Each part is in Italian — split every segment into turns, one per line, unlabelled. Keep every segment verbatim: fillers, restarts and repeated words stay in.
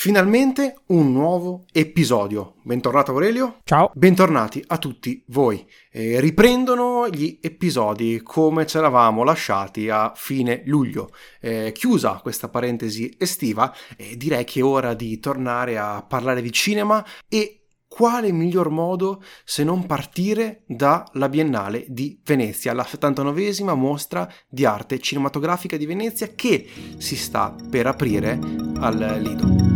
Finalmente un nuovo episodio. Bentornato Aurelio.
Ciao.
Bentornati a tutti voi. Eh, riprendono gli episodi come ce l'avamo lasciati a fine luglio. Eh, chiusa questa parentesi estiva, eh, direi che è ora di tornare a parlare di cinema e quale miglior modo se non partire dalla Biennale di Venezia, la settantanovesima mostra di arte cinematografica di Venezia che si sta per aprire al Lido.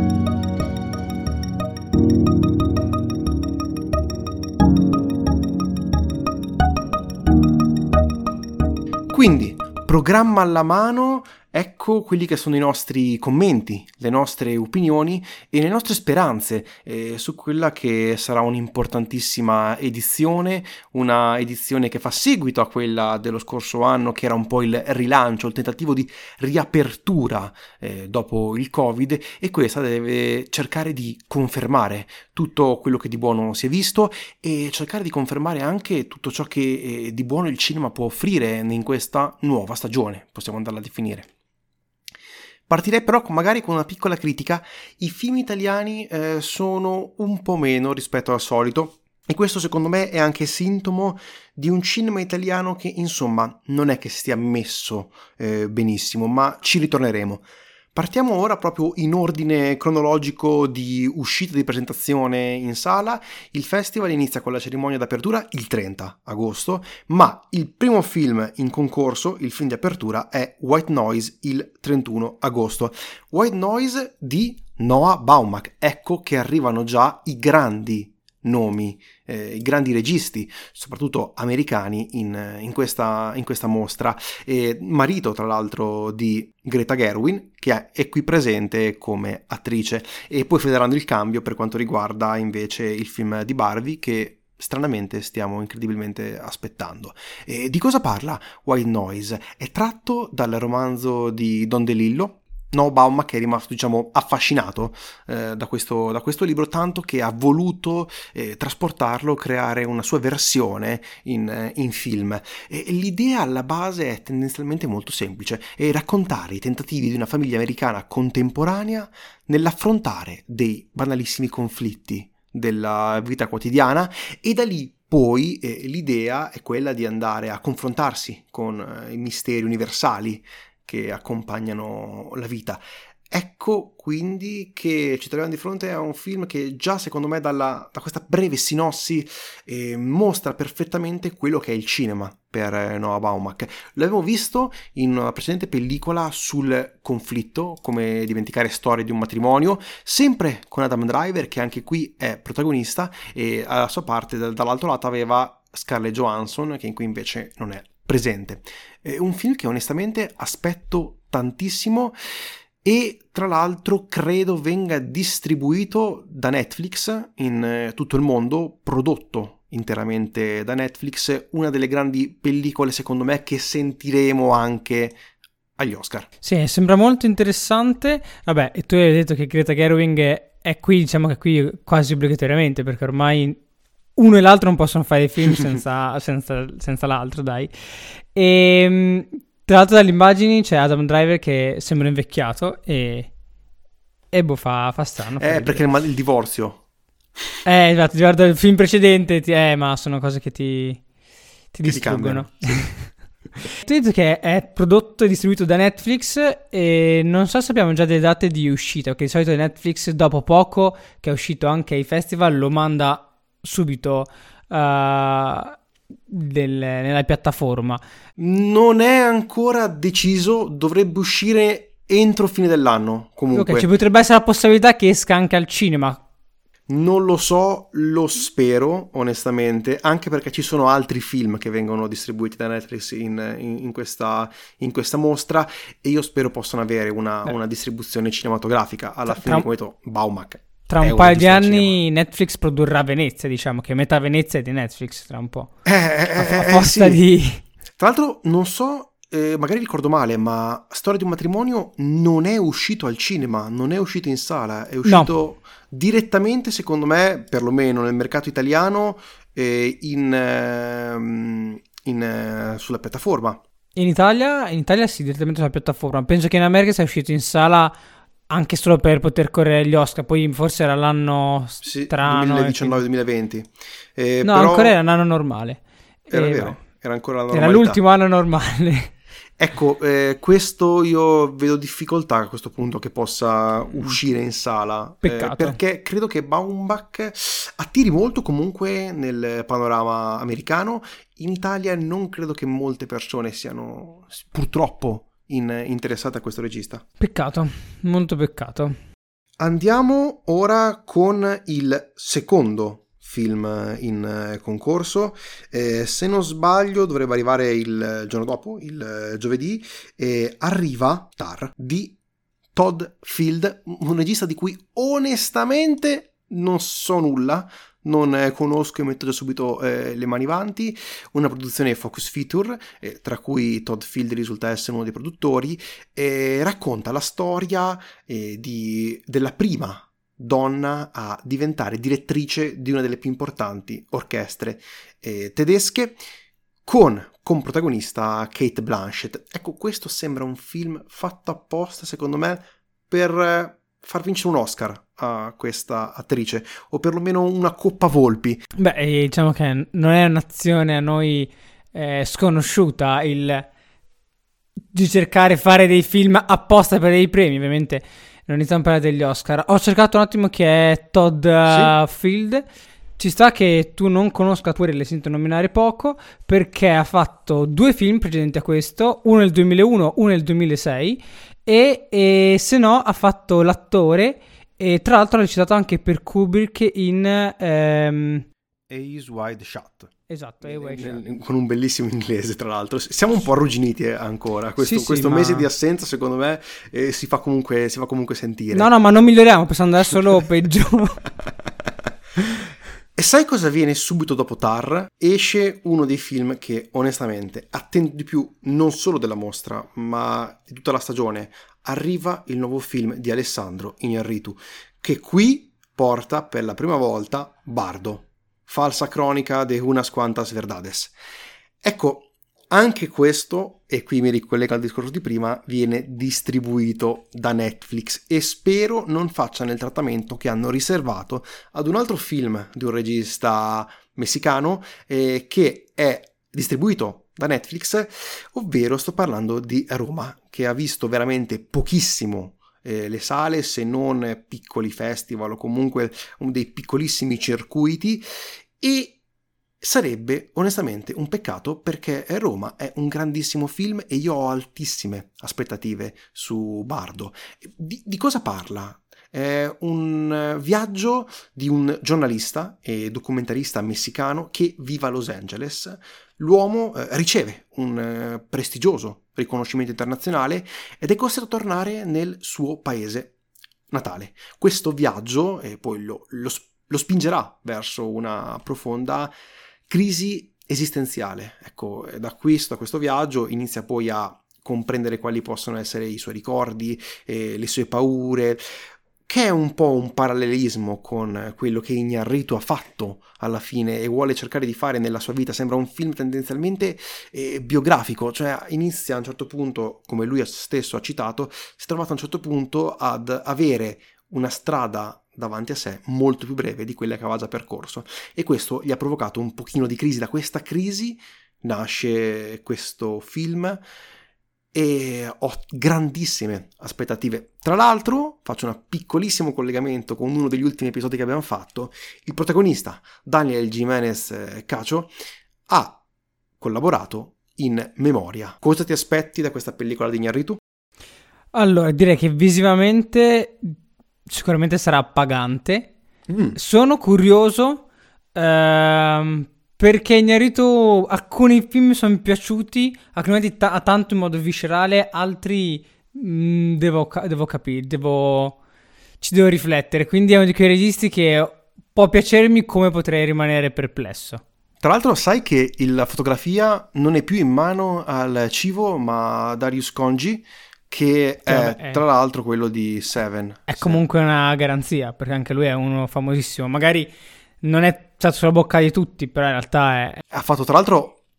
Quindi, programma alla mano, ecco quelli che sono i nostri commenti, le nostre opinioni e le nostre speranze eh, su quella che sarà un'importantissima edizione, una edizione che fa seguito a quella dello scorso anno, che era un po' il rilancio, il tentativo di riapertura eh, dopo il Covid, e questa deve cercare di confermare tutto quello che di buono si è visto e cercare di confermare anche tutto ciò che eh, di buono il cinema può offrire in questa nuova stagione, possiamo andarla a definire. Partirei però magari con una piccola critica. I film italiani eh, sono un po' meno rispetto al solito e questo secondo me è anche sintomo di un cinema italiano che insomma non è che stia messo eh, benissimo, ma ci ritorneremo. Partiamo ora proprio in ordine cronologico di uscita di presentazione in sala. Il festival inizia con la cerimonia d'apertura il trenta agosto, ma il primo film in concorso, il film di apertura, è White Noise il trentuno agosto. White Noise di Noah Baumbach. Ecco che arrivano già i grandi nomi, eh, i grandi registi, soprattutto americani, in, in, questa, in questa mostra. E marito, tra l'altro, di Greta Gerwig, che è qui presente come attrice. E poi faranno il cambio per quanto riguarda invece il film di Barbie, che stranamente stiamo incredibilmente aspettando. E di cosa parla White Noise? È tratto dal romanzo di Don DeLillo, Noah Baumbach, che è rimasto, diciamo, affascinato eh, da, questo, da questo libro, tanto che ha voluto eh, trasportarlo, creare una sua versione in, in film. E l'idea alla base è tendenzialmente molto semplice: è raccontare i tentativi di una famiglia americana contemporanea nell'affrontare dei banalissimi conflitti della vita quotidiana, e da lì poi eh, l'idea è quella di andare a confrontarsi con eh, i misteri universali che accompagnano la vita. Ecco quindi che ci troviamo di fronte a un film che già secondo me dalla, da questa breve sinossi eh, mostra perfettamente quello che è il cinema per Noah Baumbach. L'abbiamo visto in una precedente pellicola sul conflitto, come dimenticare storie di un matrimonio, sempre con Adam Driver, che anche qui è protagonista, e alla sua parte dall'altro lato aveva Scarlett Johansson, che in qui invece non è presente. È un film che onestamente aspetto tantissimo e tra l'altro credo venga distribuito da Netflix in tutto il mondo, prodotto interamente da Netflix, una delle grandi pellicole secondo me che sentiremo anche agli Oscar.
Sì, sembra molto interessante. Vabbè, e tu hai detto che Greta Gerwig è, è qui, diciamo che qui quasi obbligatoriamente, perché ormai uno e l'altro non possono fare i film senza, senza, senza l'altro, dai. E tra l'altro dalle immagini c'è Adam Driver che sembra invecchiato e, e boh, fa, fa strano.
Eh, fa perché il, il divorzio.
Eh, esatto, guarda il film precedente, ti, eh, ma sono cose che ti, ti distruggono. Ti tu hai detto che è prodotto e distribuito da Netflix e non so se abbiamo già delle date di uscita, perché di solito Netflix dopo poco che è uscito anche ai festival lo manda subito uh, del, nella piattaforma.
Non è ancora deciso, dovrebbe uscire entro fine dell'anno comunque.
Ok, ci potrebbe essere la possibilità che esca anche al cinema.
Non lo so, lo spero onestamente, anche perché ci sono altri film che vengono distribuiti da Netflix in, in, in, questa, in questa mostra, e io spero possano avere una, una distribuzione cinematografica. Alla
tra,
fine, come detto, Baumbach.
Tra un paio di anni cinema. Netflix produrrà Venezia, diciamo che metà Venezia è di Netflix tra un po'.
Eh, eh,
a posta
eh, sì.
di...
Tra l'altro non so, eh, magari ricordo male, ma Storia di un matrimonio non è uscito al cinema, non è uscito in sala, è uscito no. direttamente, secondo me, perlomeno nel mercato italiano, eh, in, eh, in, eh, sulla piattaforma.
In Italia, in Italia sì, direttamente sulla piattaforma. Penso che in America sia uscito in sala anche solo per poter correre gli Oscar. Poi forse era l'anno strano.
Sì, duemiladiciannove duemilaventi. Eh,
no,
però...
ancora era un anno normale.
Era
eh,
vero, era ancora la normalità.
Era l'ultimo anno normale.
Ecco, eh, questo io vedo difficoltà a questo punto che possa uscire in sala.
Peccato.
Eh, perché credo che Baumbach attiri molto comunque nel panorama americano. In Italia non credo che molte persone siano purtroppo in, interessate a questo regista.
Peccato, molto peccato.
Andiamo ora con il secondo film in concorso. Eh, se non sbaglio dovrebbe arrivare il giorno dopo, il giovedì, e arriva Tar di Todd Field, un regista di cui onestamente non so nulla, non eh, conosco e metto già subito eh, le mani avanti. Una produzione Focus Feature, eh, tra cui Todd Field risulta essere uno dei produttori, e racconta la storia eh, di, della prima donna a diventare direttrice di una delle più importanti orchestre eh, tedesche, con, con protagonista Cate Blanchett. Ecco, questo sembra un film fatto apposta, secondo me, per eh, far vincere un Oscar a questa attrice, o perlomeno una Coppa Volpi.
Beh, diciamo che non è un'azione a noi eh, sconosciuta il di cercare di fare dei film apposta per dei premi. Ovviamente non iniziamo a parlare degli Oscar. Ho cercato un attimo chi è Todd uh, sì. Field. Ci sta che tu non conosca, pure le sento nominare poco, perché ha fatto due film precedenti a questo, uno nel duemilauno, uno nel duemilasei, e, e se no ha fatto l'attore, e tra l'altro ha recitato anche per Kubrick in ehm...
Eyes Wide Shut.
Esatto,
eh, con un bellissimo inglese, tra l'altro. Siamo un po' arrugginiti ancora. Questo,
sì,
questo
sì,
mese
ma...
di assenza, secondo me, eh, si fa comunque si fa comunque sentire.
No, no, ma non miglioriamo, pensando adesso solo peggio.
E sai cosa viene subito dopo Tar? Esce uno dei film che onestamente attendo di più, non solo della mostra, ma di tutta la stagione. Arriva il nuovo film di Alessandro Iñárritu, che qui porta per la prima volta Bardo, falsa cronica de unas cuantas verdades. Ecco, anche questo, e qui mi ricollega al discorso di prima, viene distribuito da Netflix e spero non facciano il trattamento che hanno riservato ad un altro film di un regista messicano eh, che è distribuito da Netflix, ovvero sto parlando di Roma, che ha visto veramente pochissimo eh, le sale, se non piccoli festival o comunque un dei piccolissimi circuiti, e sarebbe onestamente un peccato perché Roma è un grandissimo film e io ho altissime aspettative su Bardo. Di, di cosa parla? È un viaggio di un giornalista e documentarista messicano che vive a Los Angeles. L'uomo eh, riceve un eh, prestigioso riconoscimento internazionale ed è costretto a tornare nel suo paese natale. Questo viaggio eh, poi lo, lo, lo spingerà verso una profonda crisi esistenziale. Ecco, da questo, da questo viaggio inizia poi a comprendere quali possono essere i suoi ricordi, eh, le sue paure, che è un po' un parallelismo con quello che Iñárritu ha fatto alla fine e vuole cercare di fare nella sua vita. Sembra un film tendenzialmente eh, biografico, cioè inizia a un certo punto, come lui stesso ha citato, si è trovato a un certo punto ad avere una strada davanti a sé molto più breve di quella che aveva già percorso, e questo gli ha provocato un pochino di crisi. Da questa crisi nasce questo film e ho grandissime aspettative. Tra l'altro faccio un piccolissimo collegamento con uno degli ultimi episodi che abbiamo fatto. Il protagonista Daniel Jiménez Cacho ha collaborato in Memoria. Cosa ti aspetti da questa pellicola di Iñárritu?
Allora, direi che visivamente sicuramente sarà appagante. Mm. Sono curioso ehm, perché Iñárritu alcuni film mi sono piaciuti, alcuni t- a tanto in modo viscerale, altri mh, devo, ca- devo capire, devo ci devo riflettere. Quindi è uno di quei registi che può piacermi come potrei rimanere perplesso.
Tra l'altro sai che la fotografia non è più in mano al Civo ma a Darius Khondji, che è, vabbè, è tra l'altro quello di Seven.
È comunque una garanzia, perché anche lui è uno famosissimo. Magari non è stato sulla bocca di tutti, però in realtà è...
Ha fatto tra l'altro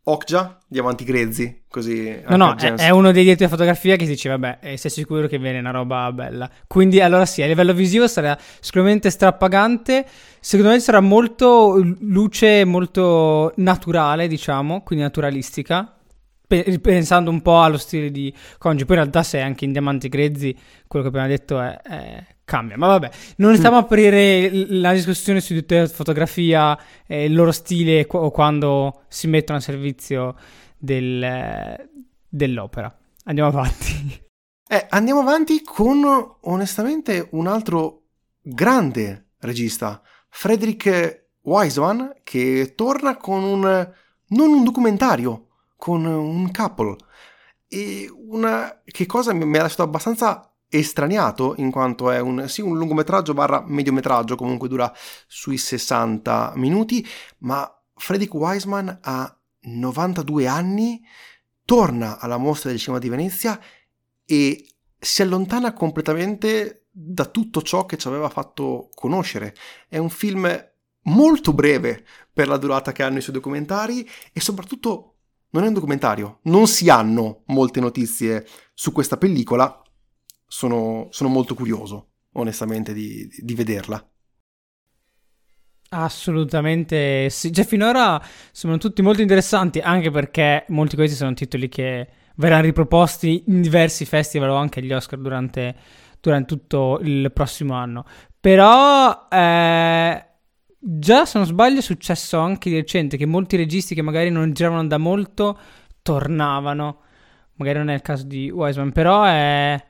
Okja, Diamanti Grezzi, così.
No, no, è, è uno dei direttori di fotografia che si dice, vabbè, eh, sei sicuro che viene una roba bella. Quindi allora sì, a livello visivo sarà sicuramente strapagante. Secondo me sarà molto luce, molto naturale, diciamo, quindi naturalistica, pe- pensando un po' allo stile di Congi. Poi in realtà se anche in Diamanti Grezzi, quello che abbiamo detto è... è... cambia, ma vabbè, non stiamo a aprire la discussione su di fotografia, eh, il loro stile o quando si mettono a servizio del, dell'opera. Andiamo avanti.
Eh, andiamo avanti con, onestamente, un altro grande regista, Frederick Wiseman, che torna con un, non un documentario, con un couple. E una, che cosa mi ha lasciato abbastanza estraniato, in quanto è un, sì, un lungometraggio barra mediometraggio, comunque dura sui sessanta minuti, ma Frederick Wiseman ha novantadue anni, torna alla Mostra del Cinema di Venezia e si allontana completamente da tutto ciò che ci aveva fatto conoscere. È un film molto breve per la durata che hanno i suoi documentari e soprattutto non è un documentario, non si hanno molte notizie su questa pellicola. Sono, sono molto curioso, onestamente, di, di vederla.
Assolutamente sì. Cioè, finora sono tutti molto interessanti, anche perché molti di questi sono titoli che verranno riproposti in diversi festival o anche agli Oscar durante, durante tutto il prossimo anno. Però, eh, già se non sbaglio è successo anche di recente che molti registi che magari non giravano da molto tornavano. Magari non è il caso di Wiseman, però è...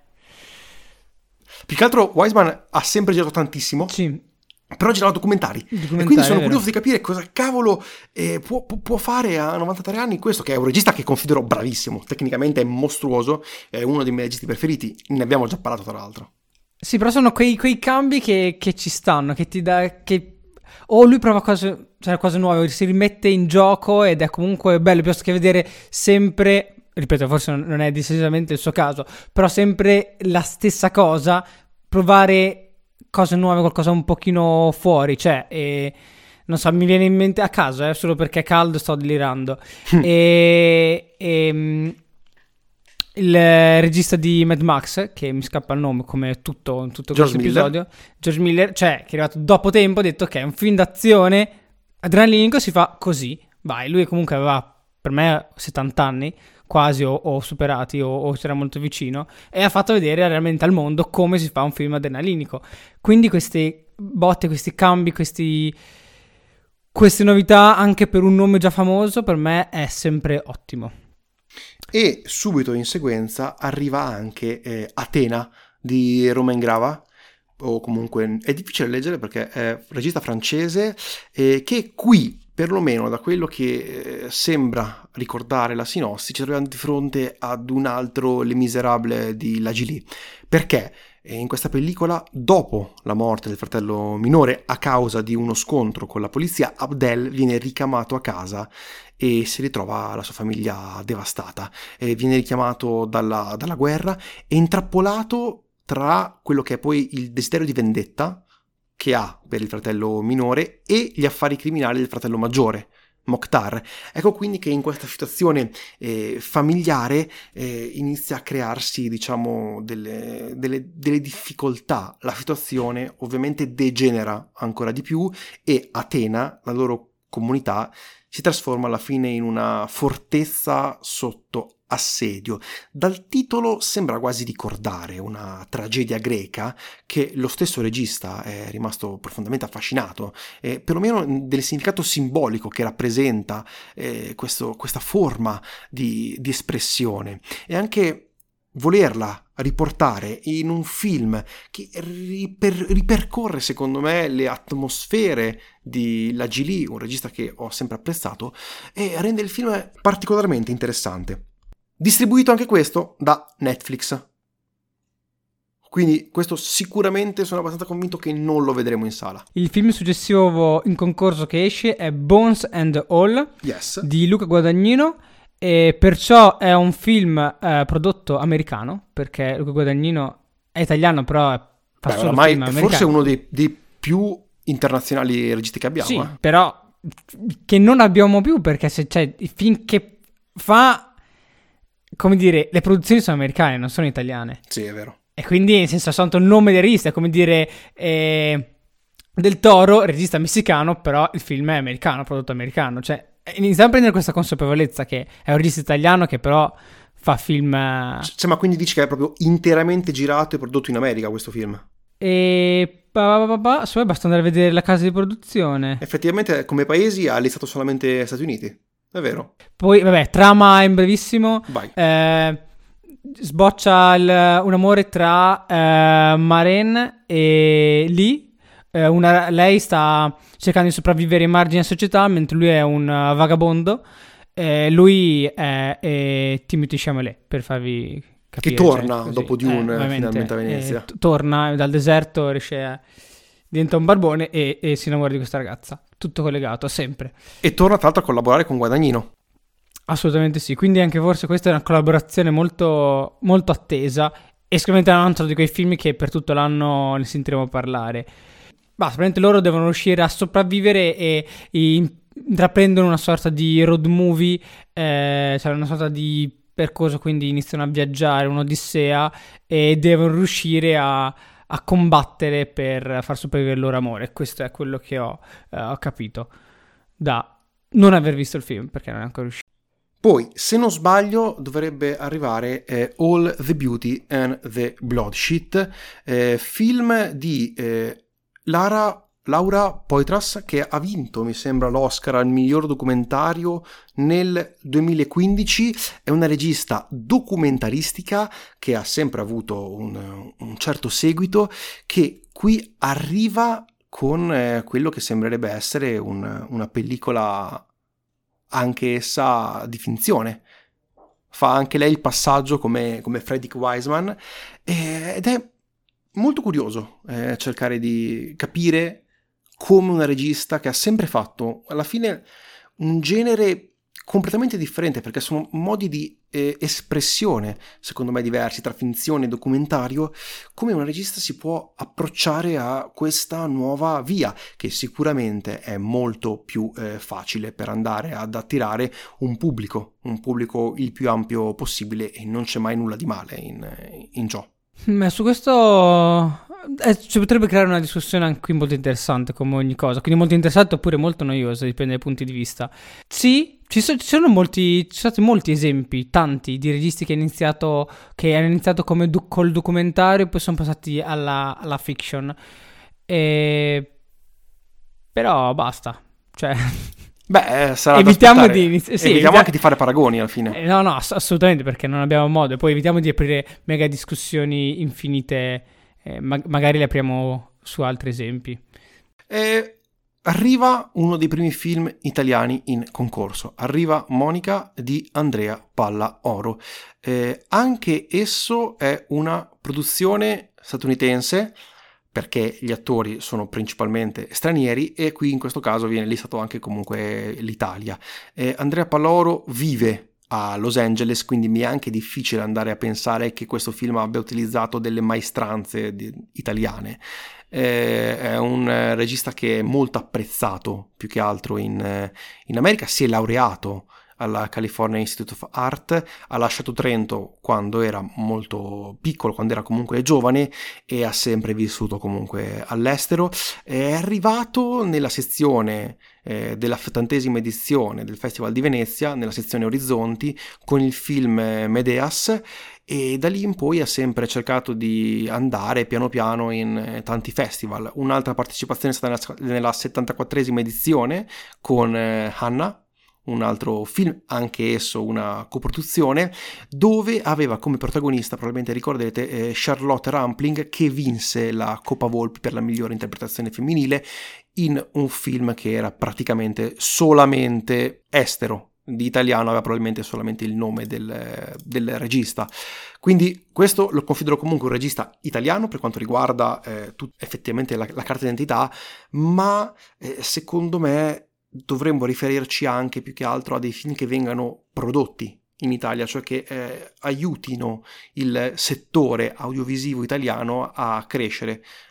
Più che altro Wiseman ha sempre girato tantissimo,
sì,
però ha girato documentari, documentari e quindi sono curioso di capire cosa cavolo eh, può, può fare a novantatré anni questo, che è un regista che considero bravissimo, tecnicamente è mostruoso, è uno dei miei registi preferiti, ne abbiamo già parlato tra l'altro.
Sì, però sono quei, quei cambi che, che ci stanno, che ti dà... che o lui prova cose, cioè cose nuove, si rimette in gioco ed è comunque bello, piuttosto che vedere sempre... ripeto, forse non è decisamente il suo caso, però sempre la stessa cosa, provare cose nuove, qualcosa un pochino fuori, cioè, e, non so, mi viene in mente a caso, eh, solo perché è caldo sto delirando, e, e il regista di Mad Max, che mi scappa il nome come tutto, tutto questo episodio, George Miller, cioè, che è arrivato dopo tempo, ha detto che è un film d'azione adrenalinico, si fa così, vai, lui comunque aveva, per me, settanta anni, quasi o, o superati o, o c'era molto vicino, e ha fatto vedere realmente al mondo come si fa un film adrenalinico. Quindi queste botte, questi cambi, questi, queste novità anche per un nome già famoso per me è sempre ottimo.
E subito in sequenza arriva anche eh, Atena di Romain Grava, o comunque è difficile leggere perché è un regista francese eh, che qui, perlomeno da quello che eh, sembra ricordare la sinossi, ci troviamo di fronte ad un altro Les Misérables di Lagili. Perché eh, in questa pellicola, dopo la morte del fratello minore a causa di uno scontro con la polizia, Abdel viene ricamato a casa e si ritrova la sua famiglia devastata. E viene richiamato dalla, dalla guerra e intrappolato tra quello che è poi il desiderio di vendetta che ha per il fratello minore e gli affari criminali del fratello maggiore, Mokhtar. Ecco quindi che in questa situazione eh, familiare eh, inizia a crearsi, diciamo, delle, delle, delle difficoltà. La situazione ovviamente degenera ancora di più e Atena, la loro comunità, si trasforma alla fine in una fortezza sotto assedio. Dal titolo sembra quasi ricordare una tragedia greca che lo stesso regista è rimasto profondamente affascinato, eh, perlomeno del significato simbolico che rappresenta eh, questo, questa forma di, di espressione, e anche volerla riportare in un film che riper, ripercorre secondo me le atmosfere di Lagili, un regista che ho sempre apprezzato, e rende il film particolarmente interessante. Distribuito anche questo da Netflix. Quindi questo sicuramente sono abbastanza convinto che non lo vedremo in sala.
Il film successivo in concorso che esce è Bones and All
yes.
di Luca Guadagnino, e perciò è un film eh, prodotto americano, perché Luca Guadagnino è italiano, però fa Beh, solo film americano.
Forse uno dei, dei più internazionali registi che abbiamo.
Sì,
eh.
però che non abbiamo più, perché se c'è il film che fa, come dire, le produzioni sono americane, non sono italiane.
Sì, è vero.
E quindi, nel senso, soltanto il nome del regista, è come dire eh, Del Toro, regista messicano, però il film è americano, prodotto americano. Cioè, iniziamo a prendere questa consapevolezza che è un regista italiano che però fa film...
Cioè, ma quindi dici che è proprio interamente girato e prodotto in America questo film?
E... Se vuoi basta andare a vedere la casa di produzione.
Effettivamente come paesi ha listato solamente Stati Uniti, è vero.
Poi, vabbè, trama in brevissimo.
Vai.
Eh, sboccia il, un amore tra eh, Maren e Lee. Eh, una, lei sta cercando di sopravvivere in margine della società, mentre lui è un uh, vagabondo. Eh, lui è, è Timothée Chalamet, per farvi capire.
Che torna
cioè,
dopo Dune eh, finalmente a Venezia.
Eh, t- torna dal deserto, riesce a... diventa un barbone e, e si innamora di questa ragazza. Tutto collegato, sempre.
E torna tra l'altro a collaborare con Guadagnino.
Assolutamente sì, quindi anche forse questa è una collaborazione molto, molto attesa e sicuramente è un altro di quei film che per tutto l'anno ne sentiremo parlare. Basta, praticamente loro devono riuscire a sopravvivere e, e intraprendono una sorta di road movie, eh, cioè una sorta di percorso, quindi iniziano a viaggiare, un'odissea, e devono riuscire a, a combattere per far sopravvivere il loro amore. Questo è quello che ho, eh, ho capito da non aver visto il film, perché non è ancora uscito.
Poi, se non sbaglio, dovrebbe arrivare eh, All the Beauty and the Bloodshed, eh, film di eh, Lara, Laura Poitras, che ha vinto, mi sembra, l'Oscar al miglior documentario nel duemilaquindici. È una regista documentaristica che ha sempre avuto un, un certo seguito, che qui arriva con eh, quello che sembrerebbe essere un, una pellicola anche essa di finzione. Fa anche lei il passaggio come, come Frederick Wiseman, ed è molto curioso eh, cercare di capire come una regista che ha sempre fatto alla fine un genere completamente differente, perché sono modi di eh, espressione secondo me diversi tra finzione e documentario, come una regista si può approcciare a questa nuova via, che sicuramente è molto più eh, facile per andare ad attirare un pubblico un pubblico il più ampio possibile, e non c'è mai nulla di male in, in ciò.
Beh, su questo eh, ci potrebbe creare una discussione anche qui molto interessante, come ogni cosa, quindi molto interessante oppure molto noiosa, dipende dai punti di vista. Sì, ci, so, ci sono molti, ci sono stati molti esempi, tanti, di registi che, iniziato, che hanno iniziato come do, col documentario e poi sono passati alla, alla fiction. E... Però basta, cioè...
Beh, sarà
evitiamo
da
di inizi- sì,
evitiamo
evita-
anche di fare paragoni alla fine.
Eh, no, no, ass- assolutamente, perché non abbiamo modo. E poi evitiamo di aprire mega discussioni infinite. Eh, ma- magari le apriamo su altri esempi.
E arriva uno dei primi film italiani in concorso. Arriva Monica di Andrea Palla Oro. Eh, anche esso è una produzione statunitense, perché gli attori sono principalmente stranieri, e qui in questo caso viene listato anche comunque l'Italia. Eh, Andrea Palla Oro vive a Los Angeles, quindi mi è anche difficile andare a pensare che questo film abbia utilizzato delle maestranze di, italiane. Eh, è un eh, regista che è molto apprezzato più che altro in, eh, in America. Si è laureato alla California Institute of Art, ha lasciato Trento quando era molto piccolo, quando era comunque giovane, e ha sempre vissuto comunque all'estero. È arrivato nella sezione eh, della settantesima edizione del Festival di Venezia, nella sezione Orizzonti, con il film Medeas, e da lì in poi ha sempre cercato di andare piano piano in eh, tanti festival. Un'altra partecipazione è stata nella, nella settantaquattresima edizione con eh, Hannah, un altro film, anche esso una coproduzione, dove aveva come protagonista, probabilmente ricorderete, eh, Charlotte Rampling, che vinse la Coppa Volpi per la migliore interpretazione femminile in un film che era praticamente solamente estero. Di italiano aveva probabilmente solamente il nome del, del regista. Quindi questo lo considero comunque un regista italiano per quanto riguarda eh, tut- effettivamente la, la carta d'identità, ma eh, secondo me dovremmo riferirci anche più che altro a dei film che vengano prodotti in Italia, cioè che eh, aiutino il settore audiovisivo italiano a crescere,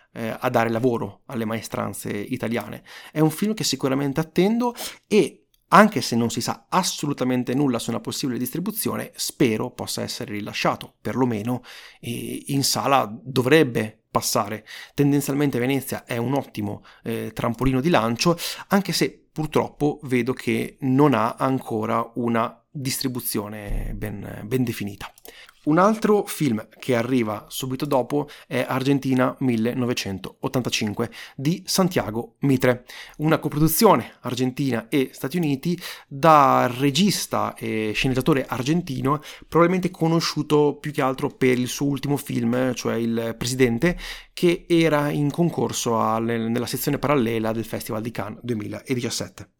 eh, a dare lavoro alle maestranze italiane. È un film che sicuramente attendo e, anche se non si sa assolutamente nulla su una possibile distribuzione, spero possa essere rilasciato, perlomeno eh, in sala dovrebbe passare. Tendenzialmente Venezia è un ottimo eh, trampolino di lancio, anche se purtroppo vedo che non ha ancora una distribuzione ben, ben definita. Un altro film che arriva subito dopo è Argentina millenovecentottantacinque di Santiago Mitre, una coproduzione Argentina e Stati Uniti da regista e sceneggiatore argentino, probabilmente conosciuto più che altro per il suo ultimo film, cioè Il Presidente, che era in concorso al, nella sezione parallela del Festival di Cannes duemiladiciassette.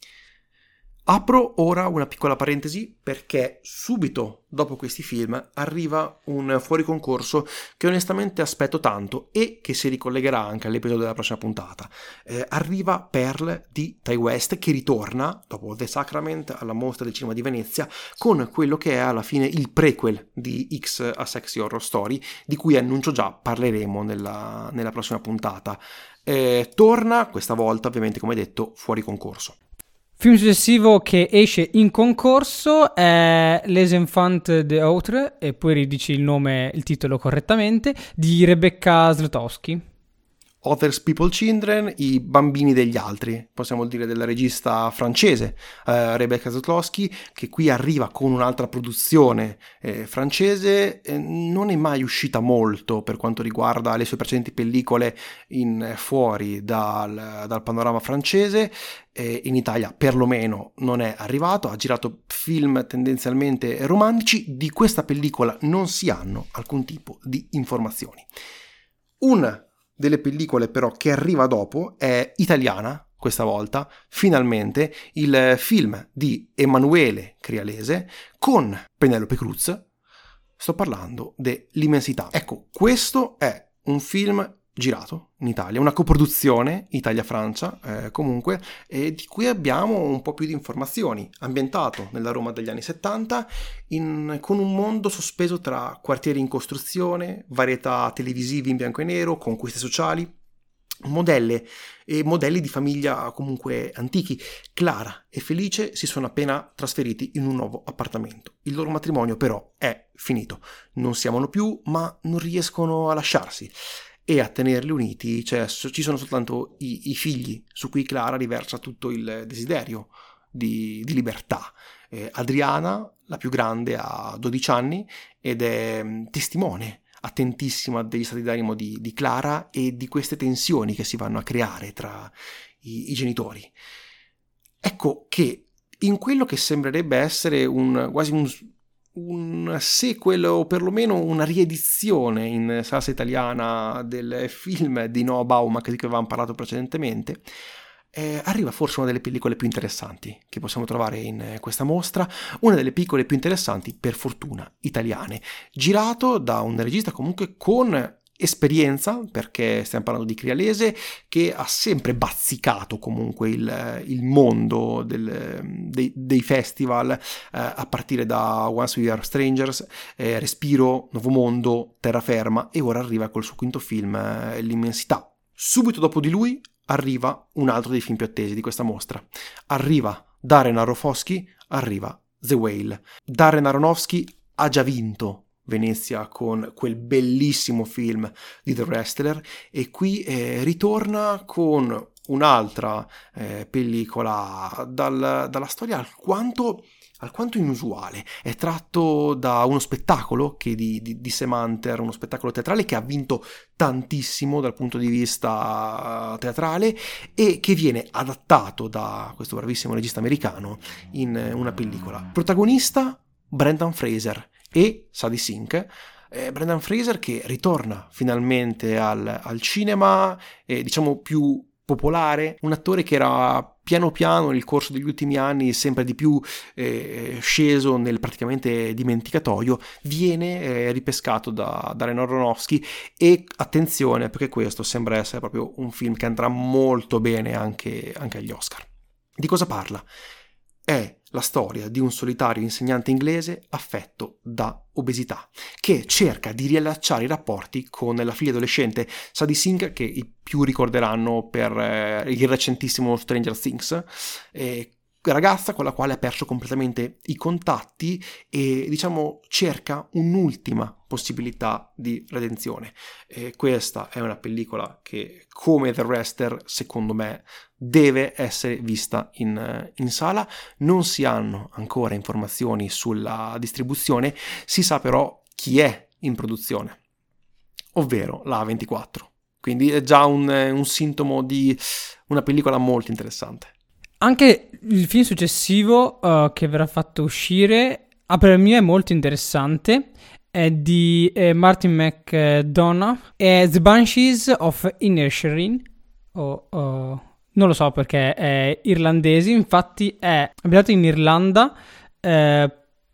Apro ora una piccola parentesi perché subito dopo questi film arriva un fuori concorso che onestamente aspetto tanto e che si ricollegherà anche all'episodio della prossima puntata. Eh, arriva Pearl di Ti West, che ritorna dopo The Sacrament alla Mostra del Cinema di Venezia con quello che è alla fine il prequel di X A Sexy Horror Story, di cui annuncio già parleremo nella, nella prossima puntata. Eh, torna questa volta ovviamente, come detto, fuori concorso.
Film successivo che esce in concorso è Les Enfants des Autres, e poi ridici il nome, il titolo correttamente, di Rebecca Zlotowski.
Others People Children, i bambini degli altri, possiamo dire, della regista francese eh, Rebecca Zlotowski, che qui arriva con un'altra produzione eh, francese. Eh, non è mai uscita molto per quanto riguarda le sue precedenti pellicole in eh, fuori dal, dal panorama francese. Eh, in Italia perlomeno non è arrivato, ha girato film tendenzialmente romantici. Di questa pellicola non si hanno alcun tipo di informazioni. Un delle pellicole però che arriva dopo è italiana, questa volta, finalmente, il film di Emanuele Crialese con Penelope Cruz. Sto parlando dell'Immensità. Ecco, questo è un film girato in Italia, una coproduzione Italia-Francia eh, comunque, e di cui abbiamo un po' più di informazioni. Ambientato nella Roma degli anni settanta, in, con un mondo sospeso tra quartieri in costruzione, varietà televisivi in bianco e nero, conquiste sociali, modelle e modelli di famiglia comunque antichi. Clara e Felice si sono appena trasferiti in un nuovo appartamento. Il loro matrimonio però è finito. Non si amano più, ma non riescono a lasciarsi. E a tenerli uniti, cioè, ci sono soltanto i, i figli, su cui Clara riversa tutto il desiderio di, di libertà. Eh, Adriana, la più grande, ha dodici anni ed è mh, testimone attentissima degli stati d'animo di, di Clara e di queste tensioni che si vanno a creare tra i, i genitori. Ecco che in quello che sembrerebbe essere un quasi un un sequel o perlomeno una riedizione in salsa italiana del film di Noah Baumbach di cui avevamo parlato precedentemente, eh, arriva forse una delle pellicole più interessanti che possiamo trovare in questa mostra, una delle piccole più interessanti, per fortuna, italiane, girato da un regista comunque con esperienza, perché stiamo parlando di Crialese, che ha sempre bazzicato comunque il, il mondo del, dei, dei festival, eh, a partire da Once We Are Strangers, eh, Respiro, Nuovo Mondo, Terraferma, e ora arriva col suo quinto film, eh, L'Immensità. Subito dopo di lui arriva un altro dei film più attesi di questa mostra. Arriva Darren Aronofsky, arriva The Whale. Darren Aronofsky ha già vinto Venezia con quel bellissimo film di The Wrestler, e qui eh, ritorna con un'altra eh, pellicola dal, dalla storia alquanto, alquanto inusuale. È tratto da uno spettacolo che di, di, di Sam Hunter, uno spettacolo teatrale che ha vinto tantissimo dal punto di vista teatrale e che viene adattato da questo bravissimo regista americano in una pellicola. Protagonista Brendan Fraser e Sadie Sink. eh, Brendan Fraser che ritorna finalmente al, al cinema, eh, diciamo più popolare, un attore che era piano piano nel corso degli ultimi anni sempre di più eh, sceso nel praticamente dimenticatoio, viene eh, ripescato da Darren Aronofsky, e attenzione perché questo sembra essere proprio un film che andrà molto bene anche, anche agli Oscar. Di cosa parla? è la storia di un solitario insegnante inglese affetto da obesità, che cerca di riallacciare i rapporti con la figlia adolescente Sadie Sink, che i più ricorderanno per eh, il recentissimo Stranger Things, eh, ragazza con la quale ha perso completamente i contatti e, diciamo, cerca un'ultima possibilità di redenzione. E questa è una pellicola che, come The Wrestler, secondo me deve essere vista in, in sala. Non si hanno ancora informazioni sulla distribuzione, si sa però chi è in produzione, ovvero la A ventiquattro, quindi è già un, un sintomo di una pellicola molto interessante.
Anche il film successivo uh, che verrà fatto uscire, a per me è molto interessante, è di eh, Martin McDonagh, è The Banshees of Inisherin, o oh, non lo so perché è irlandese, infatti è ambientato in Irlanda, eh,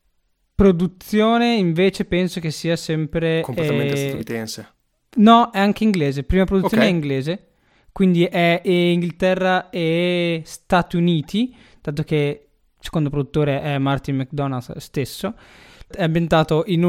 produzione invece penso che sia sempre...
Completamente
eh,
statunitense.
No, è anche inglese, prima produzione
okay.
È inglese. Quindi è Inghilterra e Stati Uniti, dato che il secondo produttore è Martin McDonagh stesso. È ambientato in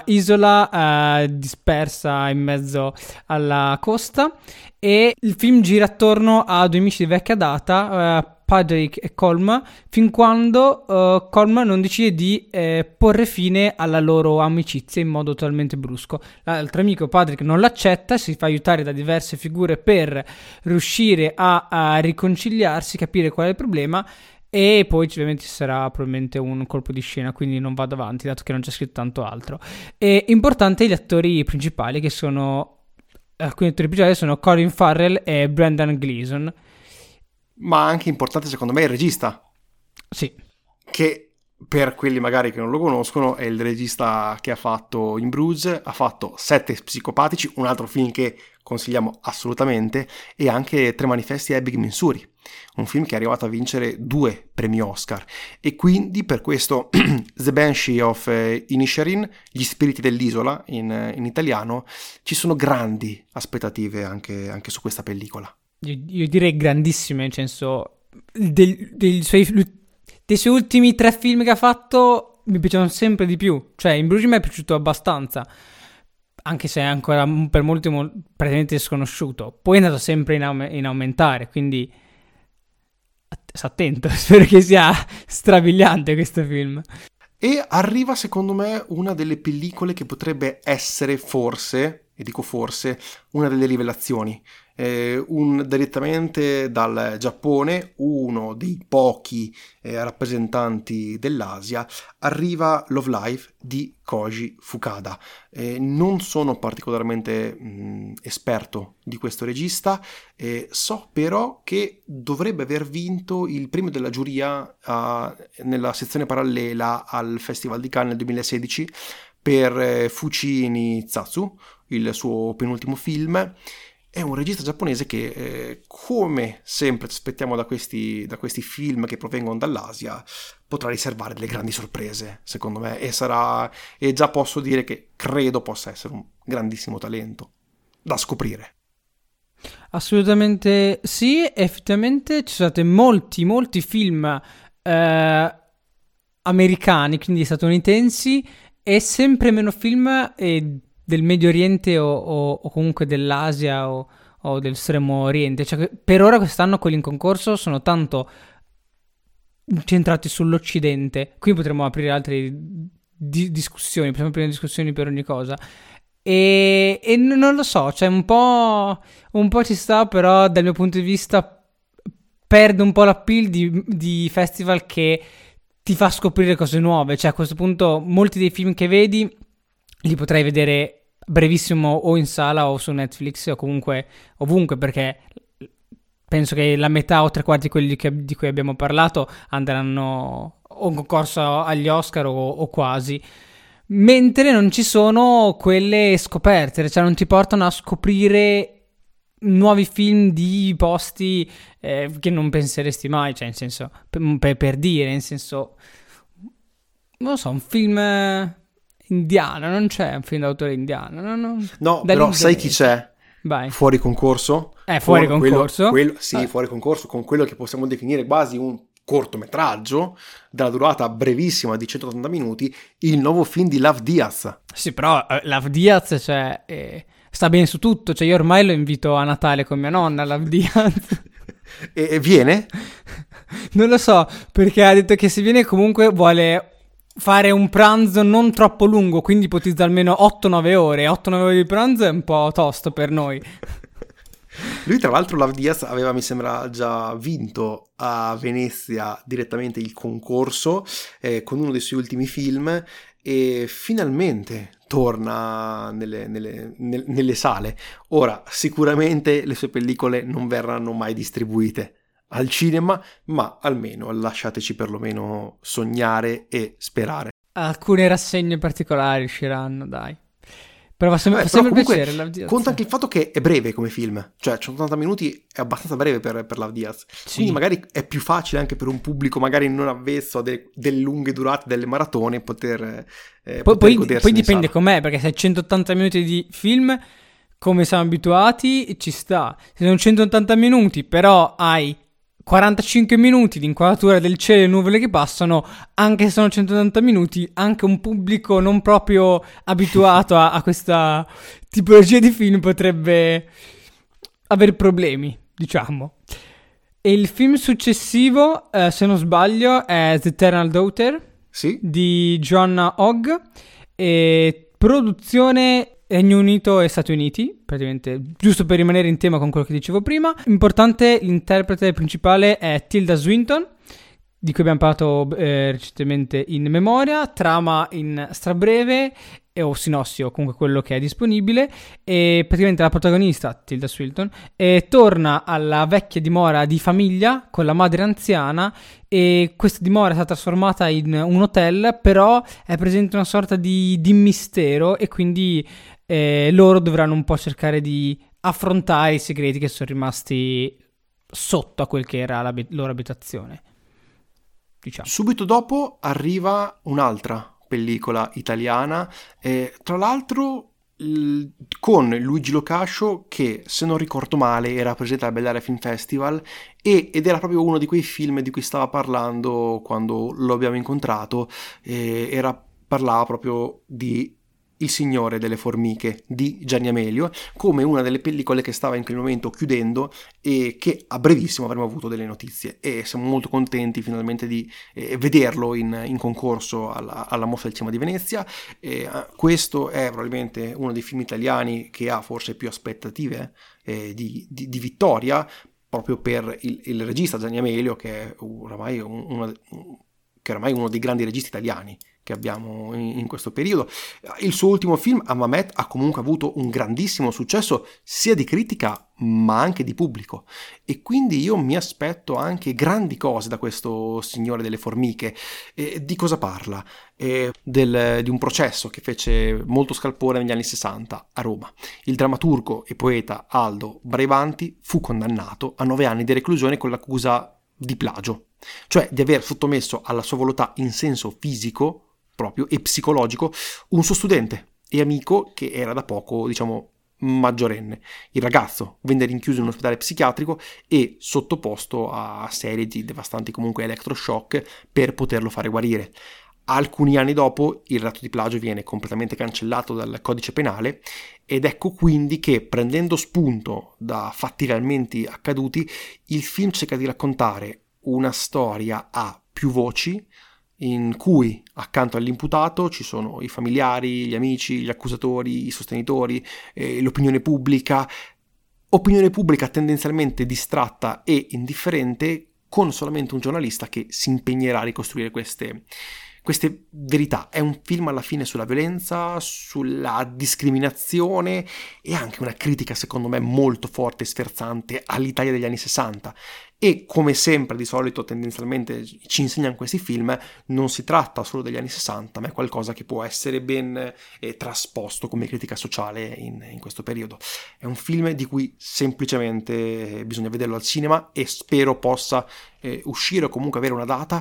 un'isola uh, dispersa in mezzo alla costa e il film gira attorno a due amici di vecchia data, uh, Patrick e Colm, fin quando uh, Colm non decide di eh, porre fine alla loro amicizia in modo totalmente brusco. L'altro amico, Patrick, non l'accetta, si fa aiutare da diverse figure per riuscire a, a riconciliarsi, capire qual è il problema, e poi ovviamente ci sarà probabilmente un colpo di scena, quindi non vado avanti dato che non c'è scritto tanto altro. E importante gli attori principali, che sono alcuni attori principali sono Colin Farrell e Brendan Gleeson.
Ma anche importante secondo me il regista.
Sì.
Che per quelli magari che non lo conoscono è il regista che ha fatto In Bruges, ha fatto Sette psicopatici, un altro film che consigliamo assolutamente, e anche Tre manifesti a Ebbing, Missouri, un film che è arrivato a vincere due premi Oscar. E quindi per questo The Banshee of Inisherin, Gli spiriti dell'isola in, in italiano, ci sono grandi aspettative anche, anche su questa pellicola.
Io, io direi grandissime, nel senso del, del suoi, dei suoi ultimi tre film che ha fatto mi piacciono sempre di più. Cioè In Bruges mi è piaciuto abbastanza, anche se è ancora per molti mo- praticamente sconosciuto. Poi è andato sempre in, au- in aumentare, quindi sta attento, spero che sia strabiliante questo film.
E arriva secondo me una delle pellicole che potrebbe essere forse, e dico forse, una delle rivelazioni. Eh, un, direttamente dal Giappone, uno dei pochi eh, rappresentanti dell'Asia, arriva Love Live di Koji Fukada. Eh, non sono particolarmente mh, esperto di questo regista, eh, so però che dovrebbe aver vinto il premio della giuria uh, nella sezione parallela al Festival di Cannes nel duemilasedici per eh, Fucini Zatsu, il suo penultimo film. È un regista giapponese che, eh, come sempre ci aspettiamo da questi, da questi film che provengono dall'Asia, potrà riservare delle grandi sorprese, secondo me, e sarà, e già posso dire che credo possa essere un grandissimo talento da scoprire.
Assolutamente sì, effettivamente ci sono stati molti, molti film eh, americani, quindi statunitensi, e sempre meno film eh, del Medio Oriente o, o, o comunque dell'Asia o, o dell'estremo oriente. Cioè, per ora quest'anno quelli in concorso sono tanto centrati sull'Occidente. Qui potremmo aprire altre di- discussioni, possiamo aprire discussioni per ogni cosa. E, e non lo so, cioè un po', un po' ci sta, però dal mio punto di vista perde un po' l'appeal di, di festival che ti fa scoprire cose nuove. Cioè a questo punto molti dei film che vedi li potrei vedere brevissimo o in sala o su Netflix o comunque ovunque, perché penso che la metà o tre quarti di quelli che, di cui abbiamo parlato andranno o in concorso agli Oscar o, o quasi, mentre non ci sono quelle scoperte, cioè non ti portano a scoprire nuovi film di posti eh, che non penseresti mai, cioè in senso per, per dire, in senso non lo so, un film indiano, non c'è un film d'autore indiano, no, no,
no però sai chi c'è?
Vai.
Fuori concorso?
Eh, fuori
con
concorso?
Quello, quello, sì,
ah.
fuori concorso, con quello che possiamo definire quasi un cortometraggio dalla durata brevissima di centottanta minuti, il nuovo film di Love Diaz.
Sì, però uh, Love Diaz, cioè, eh, sta bene su tutto, cioè io ormai lo invito a Natale con mia nonna, Love Diaz.
e, e viene?
Non lo so, perché ha detto che se viene comunque vuole fare un pranzo non troppo lungo, quindi ipotizza almeno otto nove ore, otto nove ore di pranzo è un po' tosto per noi.
Lui tra l'altro, Love Diaz, aveva mi sembra già vinto a Venezia direttamente il concorso eh, con uno dei suoi ultimi film e finalmente torna nelle, nelle, nelle, nelle sale. Ora sicuramente le sue pellicole non verranno mai distribuite al cinema, ma almeno lasciateci perlomeno sognare e sperare.
Alcune rassegne particolari usciranno, dai. Però fa sempre,
Vabbè,
fa sempre
però
piacere.
Conta anche il fatto che è breve come film, cioè centottanta minuti è abbastanza breve per, per Love Diaz,
sì.
Quindi magari è più facile anche per un pubblico magari non avvezzo a delle, delle lunghe durate, delle maratone, poter, eh,
poi,
poter
poi, poi dipende com'è, perché se è centottanta minuti di film, come siamo abituati, ci sta. Se sono centottanta minuti, però hai quarantacinque minuti di inquadratura del cielo e nuvole che passano, anche se sono centottanta minuti, anche un pubblico non proprio abituato a, a questa tipologia di film potrebbe avere problemi, diciamo. E il film successivo, eh, se non sbaglio, è The Eternal Daughter,
sì?
di Joanna Hogg, e produzione Regno Unito e Stati Uniti, praticamente, giusto per rimanere in tema con quello che dicevo prima. Importante, l'interprete principale è Tilda Swinton, di cui abbiamo parlato eh, recentemente in memoria. Trama in strabreve, e, o sinossi, o comunque quello che è disponibile, e praticamente la protagonista, Tilda Swinton, eh, torna alla vecchia dimora di famiglia con la madre anziana, e questa dimora è stata trasformata in un hotel, però è presente una sorta di, di mistero, e quindi eh, loro dovranno un po' cercare di affrontare i segreti che sono rimasti sotto a quel che era la be- loro abitazione, diciamo.
Subito dopo arriva un'altra pellicola italiana, eh, tra l'altro l- con Luigi Locascio, che se non ricordo male era presente al Bellaria Film Festival, e, ed era proprio uno di quei film di cui stava parlando quando lo abbiamo incontrato, eh, era, parlava proprio di Il Signore delle Formiche di Gianni Amelio, come una delle pellicole che stava in quel momento chiudendo e che a brevissimo avremo avuto delle notizie, e siamo molto contenti finalmente di eh, vederlo in, in concorso alla, alla Mostra del Cinema di Venezia. E, uh, questo è probabilmente uno dei film italiani che ha forse più aspettative eh, di, di, di vittoria, proprio per il, il regista Gianni Amelio, che è oramai, un, una, che è oramai uno dei grandi registi italiani che abbiamo in, in questo periodo. Il suo ultimo film, Hammamet, ha comunque avuto un grandissimo successo sia di critica ma anche di pubblico, e quindi io mi aspetto anche grandi cose da questo Signore delle Formiche. E di cosa parla? E del, di un processo che fece molto scalpore negli anni sessanta a Roma. Il drammaturgo e poeta Aldo Braivanti fu condannato a nove anni di reclusione con l'accusa di plagio, cioè di aver sottomesso alla sua volontà in senso fisico proprio e psicologico un suo studente e amico che era da poco, diciamo, maggiorenne. Il ragazzo venne rinchiuso in un ospedale psichiatrico e sottoposto a serie di devastanti comunque elettroshock per poterlo fare guarire. Alcuni anni dopo il reato di plagio viene completamente cancellato dal codice penale, ed ecco quindi che, prendendo spunto da fatti realmente accaduti, il film cerca di raccontare una storia a più voci, in cui accanto all'imputato ci sono i familiari, gli amici, gli accusatori, i sostenitori, eh, l'opinione pubblica, opinione pubblica tendenzialmente distratta e indifferente, con solamente un giornalista che si impegnerà a ricostruire queste, queste verità. È un film alla fine sulla violenza, sulla discriminazione, e anche una critica secondo me molto forte e sferzante all'Italia degli anni sessanta. E come sempre, di solito, tendenzialmente ci insegnano questi film, non si tratta solo degli anni sessanta, ma è qualcosa che può essere ben eh, trasposto come critica sociale in, in questo periodo. È un film di cui semplicemente bisogna vederlo al cinema, e spero possa eh, uscire o comunque avere una data,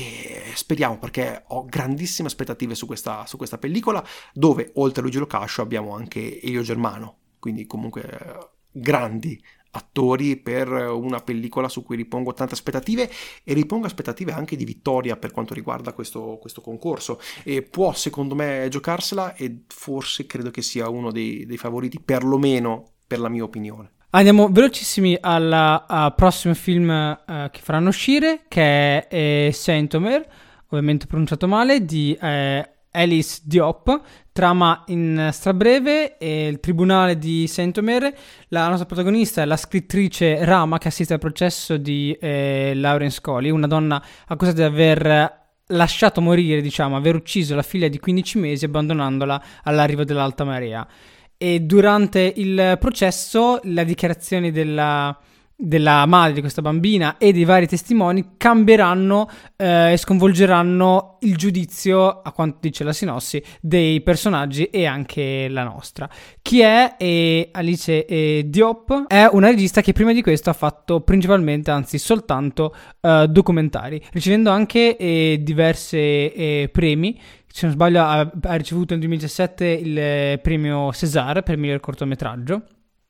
e speriamo, perché ho grandissime aspettative su questa, su questa pellicola, dove oltre a Luigi Locascio abbiamo anche Elio Germano, quindi comunque eh, grandi attori per una pellicola su cui ripongo tante aspettative e ripongo aspettative anche di vittoria per quanto riguarda questo, questo concorso, e può secondo me giocarsela e forse credo che sia uno dei, dei favoriti, perlomeno per la mia opinione.
Andiamo velocissimi al prossimo film uh, che faranno uscire, che è eh, Saint-Omer, ovviamente pronunciato male, di eh, Alice Diop. Trama in strabreve: eh, il tribunale di Saint-Omer, la nostra protagonista è la scrittrice Rama, che assiste al processo di eh, Lauren Scully, una donna accusata di aver lasciato morire, diciamo, aver ucciso la figlia di quindici mesi abbandonandola all'arrivo dell'alta marea. E durante il processo le dichiarazioni della, della madre di questa bambina e dei vari testimoni cambieranno eh, e sconvolgeranno il giudizio, a quanto dice la sinossi, dei personaggi e anche la nostra. Chi è eh, Alice eh, Diop? È una regista che prima di questo ha fatto principalmente, anzi soltanto, eh, documentari, ricevendo anche eh, diversi eh, premi. Se non sbaglio ha, ha ricevuto nel duemiladiciassette il premio César per miglior cortometraggio,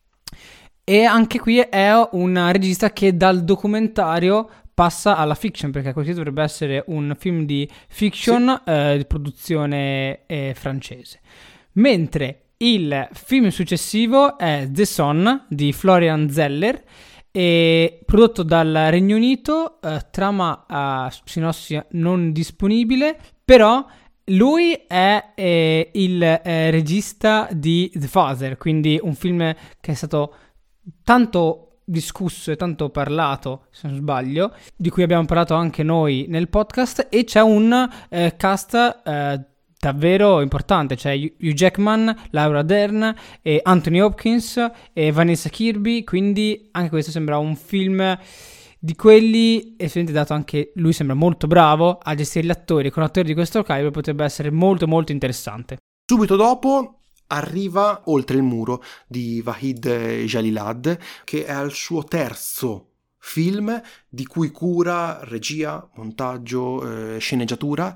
e anche qui è una regista che dal documentario passa alla fiction, perché questo dovrebbe essere un film di fiction, sì. eh, di produzione eh, francese. Mentre il film successivo è The Son di Florian Zeller, e prodotto dal Regno Unito, eh, trama eh, sinossi non disponibile, però lui è eh, il eh, regista di The Father, quindi un film che è stato tanto discusso e tanto parlato, se non sbaglio, di cui abbiamo parlato anche noi nel podcast, e c'è un eh, cast eh, davvero importante, c'è Hugh Jackman, Laura Dern, e Anthony Hopkins e Vanessa Kirby, quindi anche questo sembra un film di quelli, e dato anche lui sembra molto bravo a gestire gli attori, con attori di questo calibro potrebbe essere molto molto interessante.
Subito dopo arriva Oltre il muro di Vahid Jalilad, che è il suo terzo film, di cui cura regia, montaggio, eh, sceneggiatura.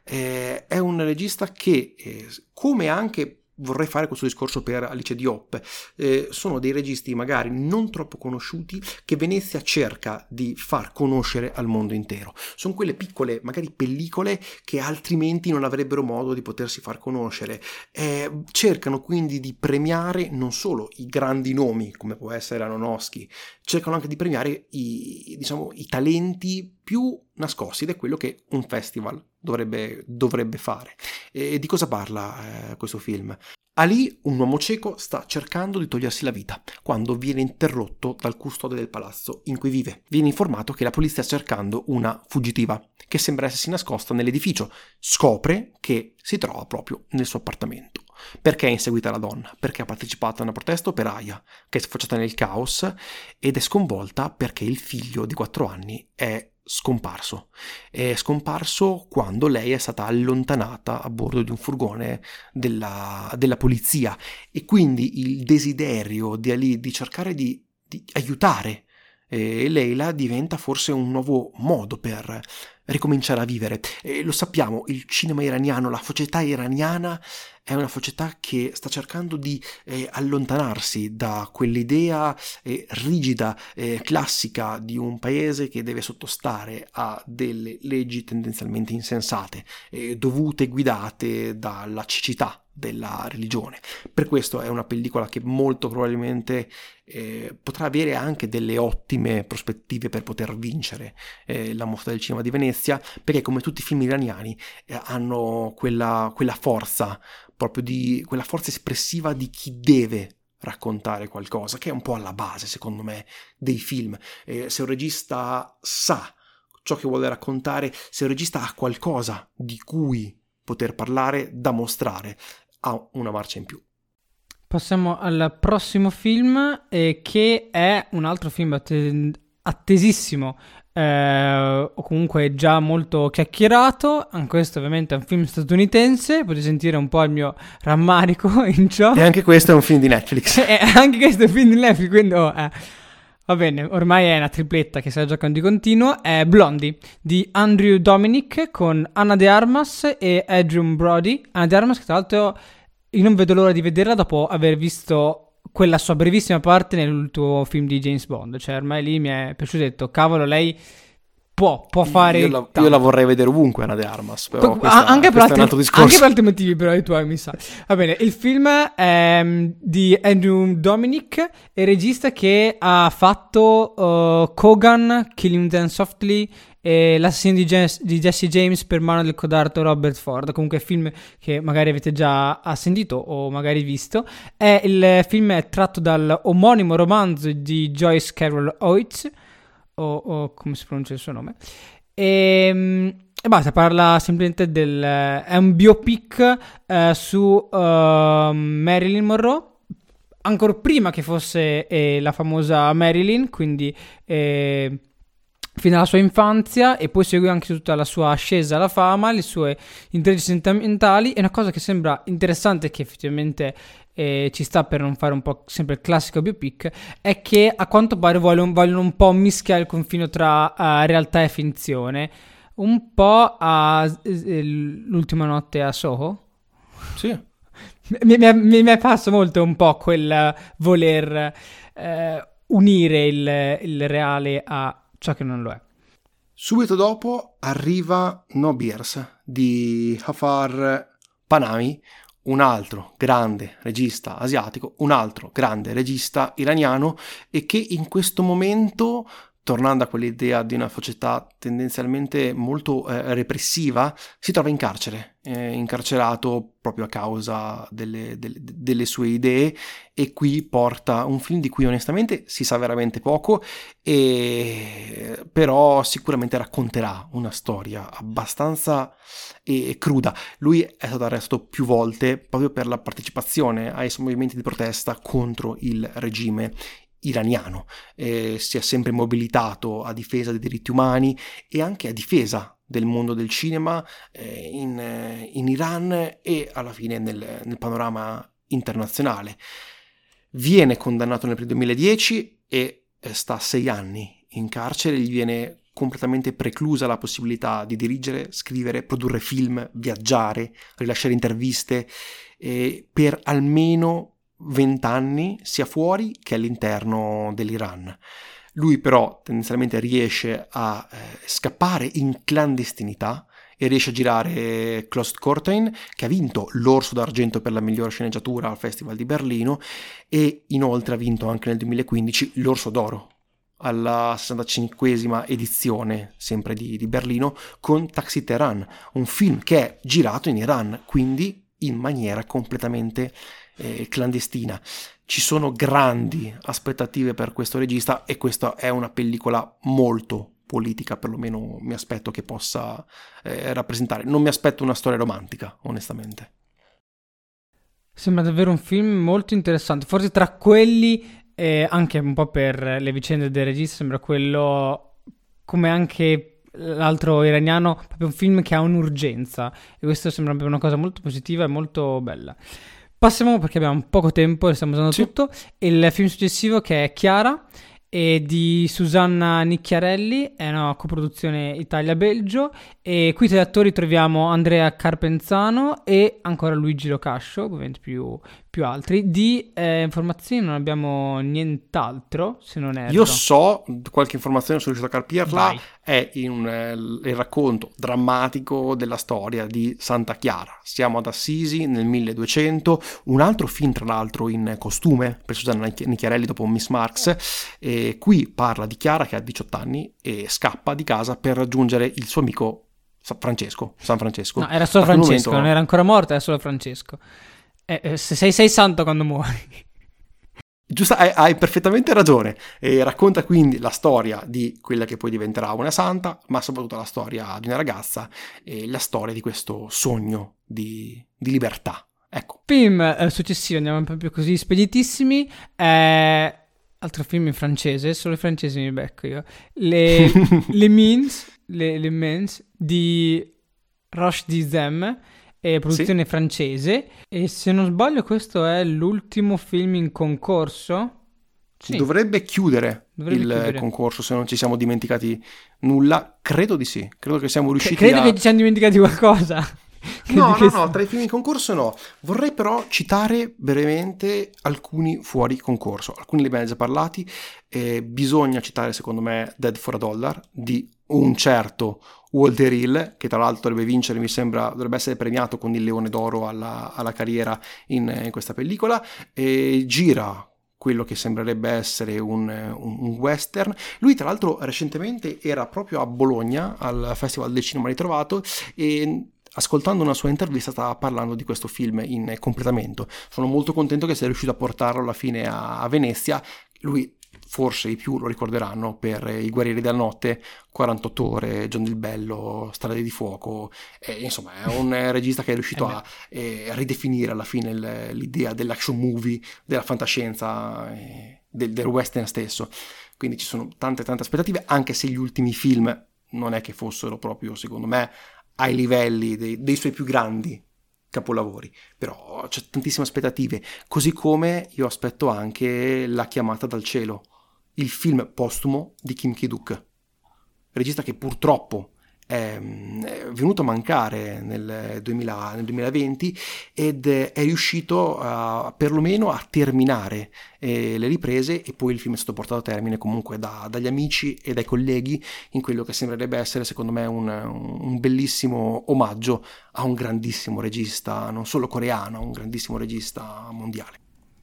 Eh, è un regista che, eh, come anche vorrei fare questo discorso per Alice Diop, eh, sono dei registi magari non troppo conosciuti che Venezia cerca di far conoscere al mondo intero. Sono quelle piccole magari pellicole che altrimenti non avrebbero modo di potersi far conoscere. Eh, cercano quindi di premiare non solo i grandi nomi come può essere Aronofsky, cercano anche di premiare i, diciamo, i talenti più nascosti, ed è quello che un festival dovrebbe, dovrebbe fare. E di cosa parla eh, questo film? Ali, un uomo cieco, sta cercando di togliersi la vita quando viene interrotto dal custode del palazzo in cui vive. Viene informato che la polizia sta cercando una fuggitiva che sembra essersi nascosta nell'edificio. Scopre che si trova proprio nel suo appartamento. Perché è inseguita la donna? Perché ha partecipato a una protesta operaia che è sfociata nel caos, ed è sconvolta perché il figlio di quattro anni è scomparso. È scomparso quando lei è stata allontanata a bordo di un furgone della, della polizia, e quindi il desiderio di Ali di cercare di, di aiutare eh, Leila diventa forse un nuovo modo per ricominciare a vivere. E lo sappiamo, il cinema iraniano, la società iraniana è una società che sta cercando di eh, allontanarsi da quell'idea eh, rigida, eh, classica di un paese che deve sottostare a delle leggi tendenzialmente insensate, eh, dovute e guidate dalla cecità della religione. Per questo è una pellicola che molto probabilmente eh, potrà avere anche delle ottime prospettive per poter vincere eh, la mostra del cinema di Venezia, perché come tutti i film iraniani eh, hanno quella, quella forza proprio di quella forza espressiva di chi deve raccontare qualcosa, che è un po' alla base, secondo me, dei film. Eh, se un regista sa ciò che vuole raccontare, se un regista ha qualcosa di cui poter parlare, da mostrare, ha una marcia in più.
Passiamo al prossimo film, eh, che è un altro film att- attesissimo, eh, o comunque già molto chiacchierato. Anche questo ovviamente è un film statunitense, potete sentire un po' il mio rammarico in ciò.
E anche questo è un film di Netflix.
E anche questo è un film di Netflix, quindi oh, eh. va bene, ormai è una tripletta che sta giocando di continuo. È Blondie di Andrew Dominic con Anna de Armas e Adrian Brody. Anna de Armas, che tra l'altro io non vedo l'ora di vederla dopo aver visto quella sua brevissima parte nell'ultimo film di James Bond, cioè ormai lì mi è piaciuto, ho detto cavolo, lei può, può fare
io la, io la vorrei vedere ovunque Ana de Armas, però
Co-
questa,
anche, per
questo
altri,
è un altro discorso.
anche per altri motivi però i tuoi mi sa. Va bene, il film è um, di Andrew Dominic, il regista che ha fatto uh, Kogan, Killing Them Softly e L'assassino di, Jes- di Jesse James per mano del codardo Robert Ford. Comunque film che magari avete già sentito o magari visto. È il film è tratto dal omonimo romanzo di Joyce Carol Oates, o, o come si pronuncia il suo nome, e, e basta, parla semplicemente del è un biopic eh, su uh, Marilyn Monroe, ancora prima che fosse eh, la famosa Marilyn, quindi eh, fino alla sua infanzia, e poi segue anche tutta la sua ascesa alla fama, le sue intrecci sentimentali. E una cosa che sembra interessante, che effettivamente e ci sta per non fare un po' sempre il classico biopic, è che a quanto pare vogliono, vogliono un po' mischiare il confine tra uh, realtà e finzione, un po' a uh, l'ultima notte a Soho.
Sì.
Mi, mi, mi, mi è passato molto un po' quel voler uh, unire il, il reale a ciò che non lo è.
Subito dopo arriva No Beers di Jafar Panahi, un altro grande regista asiatico, un altro grande regista iraniano, e che in questo momento, tornando a quell'idea di una società tendenzialmente molto eh, repressiva, si trova in carcere, eh, incarcerato proprio a causa delle, delle, delle sue idee, e qui porta un film di cui onestamente si sa veramente poco, e però sicuramente racconterà una storia abbastanza e cruda. Lui è stato arrestato più volte proprio per la partecipazione ai movimenti di protesta contro il regime iraniano, eh, si è sempre mobilitato a difesa dei diritti umani e anche a difesa del mondo del cinema eh, in, eh, in Iran e alla fine nel, nel panorama internazionale. Viene condannato nel duemiladieci e eh, sta sei anni in carcere, gli viene completamente preclusa la possibilità di dirigere, scrivere, produrre film, viaggiare, rilasciare interviste eh, per almeno vent'anni, sia fuori che all'interno dell'Iran. Lui però tendenzialmente riesce a eh, scappare in clandestinità e riesce a girare Closed Curtain, che ha vinto l'Orso d'Argento per la miglior sceneggiatura al Festival di Berlino, e inoltre ha vinto anche nel duemilaquindici l'Orso d'Oro alla sessantacinquesima edizione sempre di, di Berlino con Taxi Tehran, un film che è girato in Iran, quindi in maniera completamente eh, clandestina. Ci sono grandi aspettative per questo regista e questa è una pellicola molto politica, perlomeno mi aspetto che possa eh, rappresentare. Non mi aspetto una storia romantica, onestamente.
Sembra davvero un film molto interessante, forse tra quelli eh, anche un po' per le vicende del regista sembra quello, come anche l'altro iraniano, proprio un film che ha un'urgenza, e questo sembra proprio una cosa molto positiva e molto bella. Passiamo, perché abbiamo poco tempo e stiamo usando sì. tutto, il film successivo, che è Chiara, è di Susanna Nicchiarelli, è una coproduzione Italia-Belgio, e qui tra gli attori troviamo Andrea Carpenzano e ancora Luigi Locascio, ovviamente più, più altri. Di eh, informazioni non abbiamo nient'altro, se non erro.
Io so qualche informazione, sono riuscito a capirla. Vai. È in, eh, il racconto drammatico della storia di Santa Chiara. Siamo ad Assisi nel milleduecento, un altro film tra l'altro in costume per Susanna Nicchiarelli dopo Miss Marx, e qui parla di Chiara che ha diciotto anni e scappa di casa per raggiungere il suo amico Francesco, San Francesco.
No, era solo Francesco, momento... non era ancora morto, era solo Francesco. Eh, eh, se sei, sei santo quando muori.
Giusto, hai, hai perfettamente ragione. E racconta quindi la storia di quella che poi diventerà una santa, ma soprattutto la storia di una ragazza e la storia di questo sogno di, di libertà. Ecco.
Film eh, successivo, andiamo proprio così speditissimi. Eh, altro film in francese, solo i francesi mi becco io. Le, le Mines, le, le Mines di Roche Dizem, è produzione sì. francese, e se non sbaglio questo è l'ultimo film in concorso. Sì.
Dovrebbe chiudere
Dovrebbe
il
chiudere.
concorso, se non ci siamo dimenticati nulla. Credo di sì, credo che siamo riusciti
credo
a...
che ci siamo dimenticati qualcosa.
No, no, no, tra i film in concorso no. Vorrei però citare brevemente alcuni fuori concorso. Alcuni li abbiamo già parlati. Eh, bisogna citare, secondo me, Dead for a Dollar di un certo Walter Hill, che tra l'altro dovrebbe vincere, mi sembra, dovrebbe essere premiato con il Leone d'Oro alla, alla carriera in, in questa pellicola. E gira quello che sembrerebbe essere un, un, un western. Lui tra l'altro recentemente era proprio a Bologna al Festival del Cinema Ritrovato e ascoltando una sua intervista stava parlando di questo film in completamento. Sono molto contento che sia riuscito a portarlo alla fine a, a Venezia. Lui forse i più lo ricorderanno per I Guerrieri della Notte, quarantotto ore, John il Bello, Strade di Fuoco, e, insomma è un regista che è riuscito a, eh, a ridefinire alla fine il, l'idea dell'action movie, della fantascienza, eh, del, del western stesso. Quindi ci sono tante tante aspettative, anche se gli ultimi film non è che fossero proprio, secondo me, ai livelli dei, dei suoi più grandi capolavori, però c'è tantissime aspettative, così come io aspetto anche La chiamata dal cielo, il film postumo di Kim Ki-duk, regista che purtroppo è, è venuto a mancare nel, duemila, nel duemilaventi ed è riuscito a, perlomeno a terminare eh, le riprese, e poi il film è stato portato a termine comunque da, dagli amici e dai colleghi in quello che sembrerebbe essere, secondo me, un, un bellissimo omaggio a un grandissimo regista, non solo coreano, un grandissimo regista mondiale.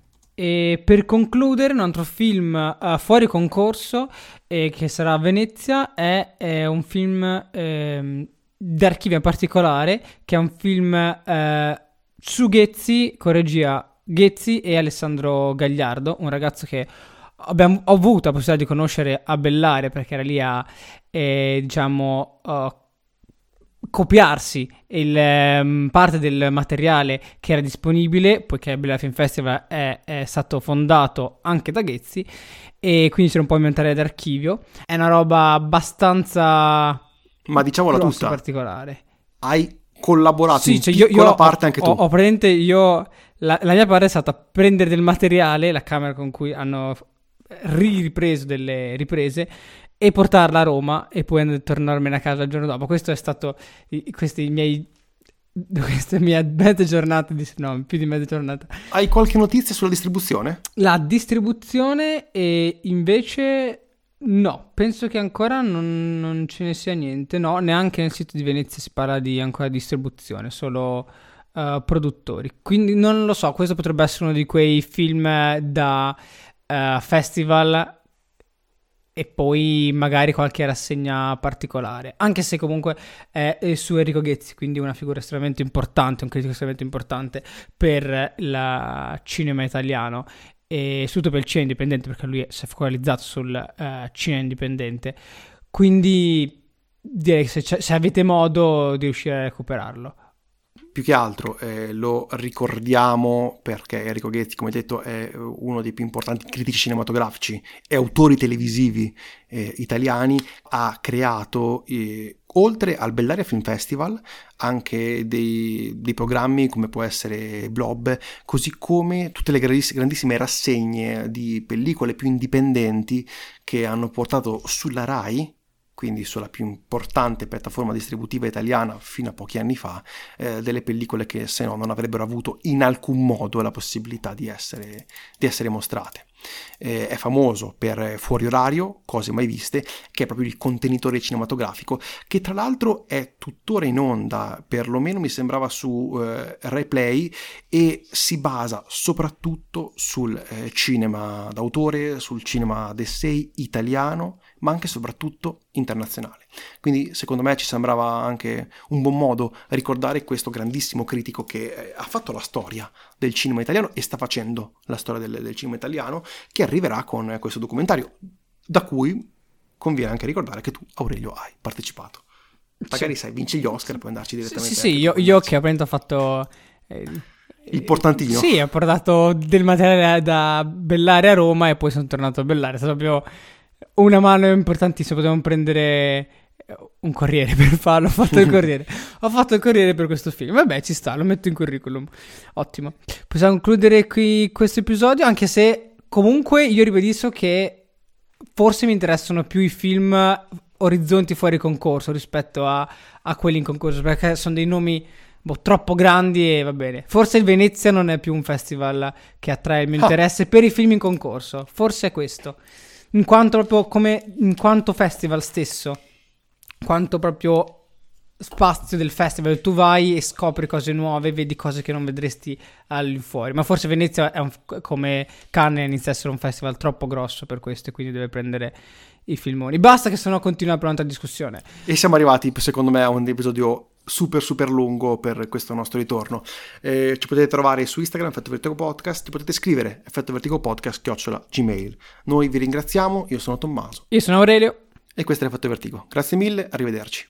E per concludere, un altro film uh, fuori concorso eh, che sarà a Venezia è, è un film eh, d'archivio particolare, che è un film eh, su Ghezzi, con regia Ghezzi e Alessandro Gagliardo, un ragazzo che abbiamo, ho avuto la possibilità di conoscere a Bellaria, perché era lì a eh, diciamo uh, copiarsi il, um, parte del materiale che era disponibile, poiché Bellaria Film Festival è, è stato fondato anche da Ghezzi, e quindi c'era un po' di materiale d'archivio. È una roba abbastanza,
ma diciamola tutta,
particolare.
Hai collaborato
sì,
in
cioè io,
piccola
io
parte
ho,
anche tu.
Ho, ho presente io la, la mia parte è stata prendere del materiale, la camera con cui hanno ripreso delle riprese, e portarla a Roma e poi tornarmene a casa il giorno dopo. Questo è stato i, questi miei queste mie mezze giornate di, no, più di mezza giornata.
Hai qualche notizia sulla distribuzione?
La distribuzione e invece no, penso che ancora non, non ce ne sia niente, no, neanche nel sito di Venezia si parla di ancora distribuzione, solo uh, produttori. Quindi non lo so, questo potrebbe essere uno di quei film da uh, festival e poi magari qualche rassegna particolare, anche se comunque è, è su Enrico Ghezzi, quindi una figura estremamente importante, un critico estremamente importante per il cinema italiano e soprattutto per il cinema indipendente, perché lui si è focalizzato sul uh, cinema indipendente, quindi direi che se, se avete modo di riuscire a recuperarlo.
Più che altro eh, lo ricordiamo perché Enrico Ghezzi, come detto, è uno dei più importanti critici cinematografici e autori televisivi eh, italiani. Ha creato, eh, oltre al Bellaria Film Festival, anche dei, dei programmi come può essere Blob, così come tutte le grandissime, grandissime rassegne di pellicole più indipendenti che hanno portato sulla Rai, quindi sulla più importante piattaforma distributiva italiana fino a pochi anni fa, eh, delle pellicole che se no non avrebbero avuto in alcun modo la possibilità di essere, di essere mostrate. Eh, è famoso per Fuori Orario, Cose Mai Viste, che è proprio il contenitore cinematografico, che tra l'altro è tuttora in onda, perlomeno mi sembrava su eh, Replay, e si basa soprattutto sul eh, cinema d'autore, sul cinema d'essai italiano, ma anche e soprattutto internazionale. Quindi secondo me ci sembrava anche un buon modo ricordare questo grandissimo critico che ha fatto la storia del cinema italiano e sta facendo la storia del, del cinema italiano, che arriverà con questo documentario, da cui conviene anche ricordare che tu, Aurelio, hai partecipato. Magari, sì, sai, vinci gli Oscar, puoi andarci direttamente.
Sì, sì, sì, io, io che appunto ho fatto eh,
il portantino.
Sì, ho portato del materiale da Bellaria a Roma e poi sono tornato a Bellaria. È stato proprio una mano importantissima. Potevamo prendere un corriere per farlo. Ho fatto il corriere. Ho fatto il corriere per questo film. Vabbè, ci sta, lo metto in curriculum. Ottimo. Possiamo concludere qui questo episodio, anche se comunque io ribadisco che forse mi interessano più i film orizzonti fuori concorso rispetto a, a quelli in concorso, perché sono dei nomi boh, troppo grandi e va bene. Forse il Venezia non è più un festival che attrae il mio
Ah.
interesse per i film in concorso, forse è questo, in quanto proprio come in quanto festival stesso, quanto proprio spazio del festival, tu vai e scopri cose nuove, vedi cose che non vedresti all'infuori. Ma forse Venezia è un, come Cannes inizia a essere un festival troppo grosso per questo e quindi deve prendere i filmoni. Basta, che sennò continua per un'altra discussione.
E siamo arrivati, secondo me, a un episodio super super lungo per questo nostro ritorno. Eh, ci potete trovare su Instagram, Effetto Vertigo Podcast, ci potete scrivere effetto vertigo podcast chiocciola gmail. Noi vi ringraziamo, io sono Tommaso.
Io sono Aurelio.
E questo è l'Effetto Vertigo. Grazie mille, arrivederci.